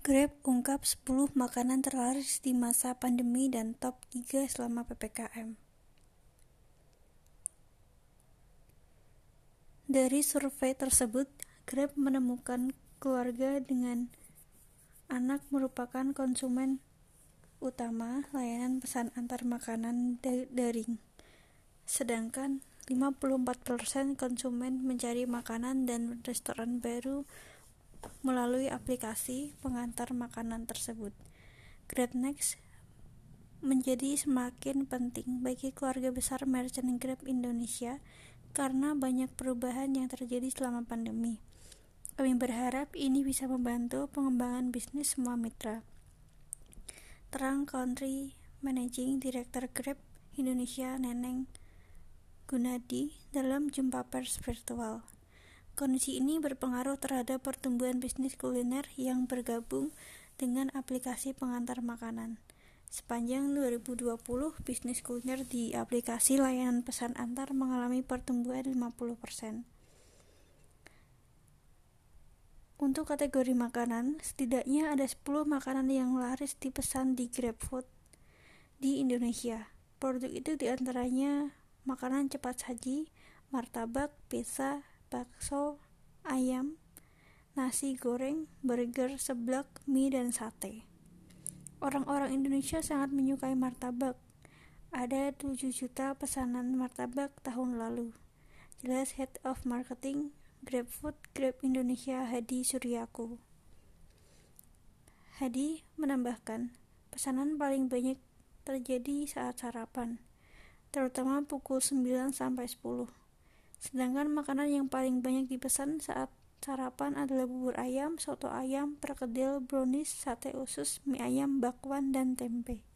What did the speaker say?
Grab ungkap 10 makanan terlaris di masa pandemi dan top 3 selama PPKM. Dari survei tersebut, Grab menemukan keluarga dengan anak merupakan konsumen utama layanan pesan antar makanan daring. Sedangkan 54% konsumen mencari makanan dan restoran baru melalui aplikasi pengantar makanan tersebut. GrabNext menjadi semakin penting bagi keluarga besar merchant Grab Indonesia karena banyak perubahan yang terjadi selama pandemi. Kami berharap ini bisa membantu pengembangan bisnis semua mitra. Terang Country Managing Director Grab Indonesia Neneng Gunadi dalam jumpa pers virtual. Kondisi ini berpengaruh terhadap pertumbuhan bisnis kuliner yang bergabung dengan aplikasi pengantar makanan. Sepanjang 2020, bisnis kuliner di aplikasi layanan pesan antar mengalami pertumbuhan 50%. Untuk kategori makanan, setidaknya ada 10 makanan yang laris dipesan di GrabFood di Indonesia. Produk itu diantaranya makanan cepat saji, martabak, pizza, bakso, ayam, nasi goreng, burger, seblak, mie, dan sate. Orang-orang Indonesia sangat menyukai martabak. Ada 7 juta pesanan martabak tahun lalu. Jelas Head of Marketing GrabFood Grab Indonesia Hadi Suryaku. Hadi menambahkan, pesanan paling banyak terjadi saat sarapan, terutama pukul 9 sampai 10. Sedangkan makanan yang paling banyak dipesan saat sarapan adalah bubur ayam, soto ayam, perkedel, brownies, sate usus, mie ayam, bakwan, dan tempe.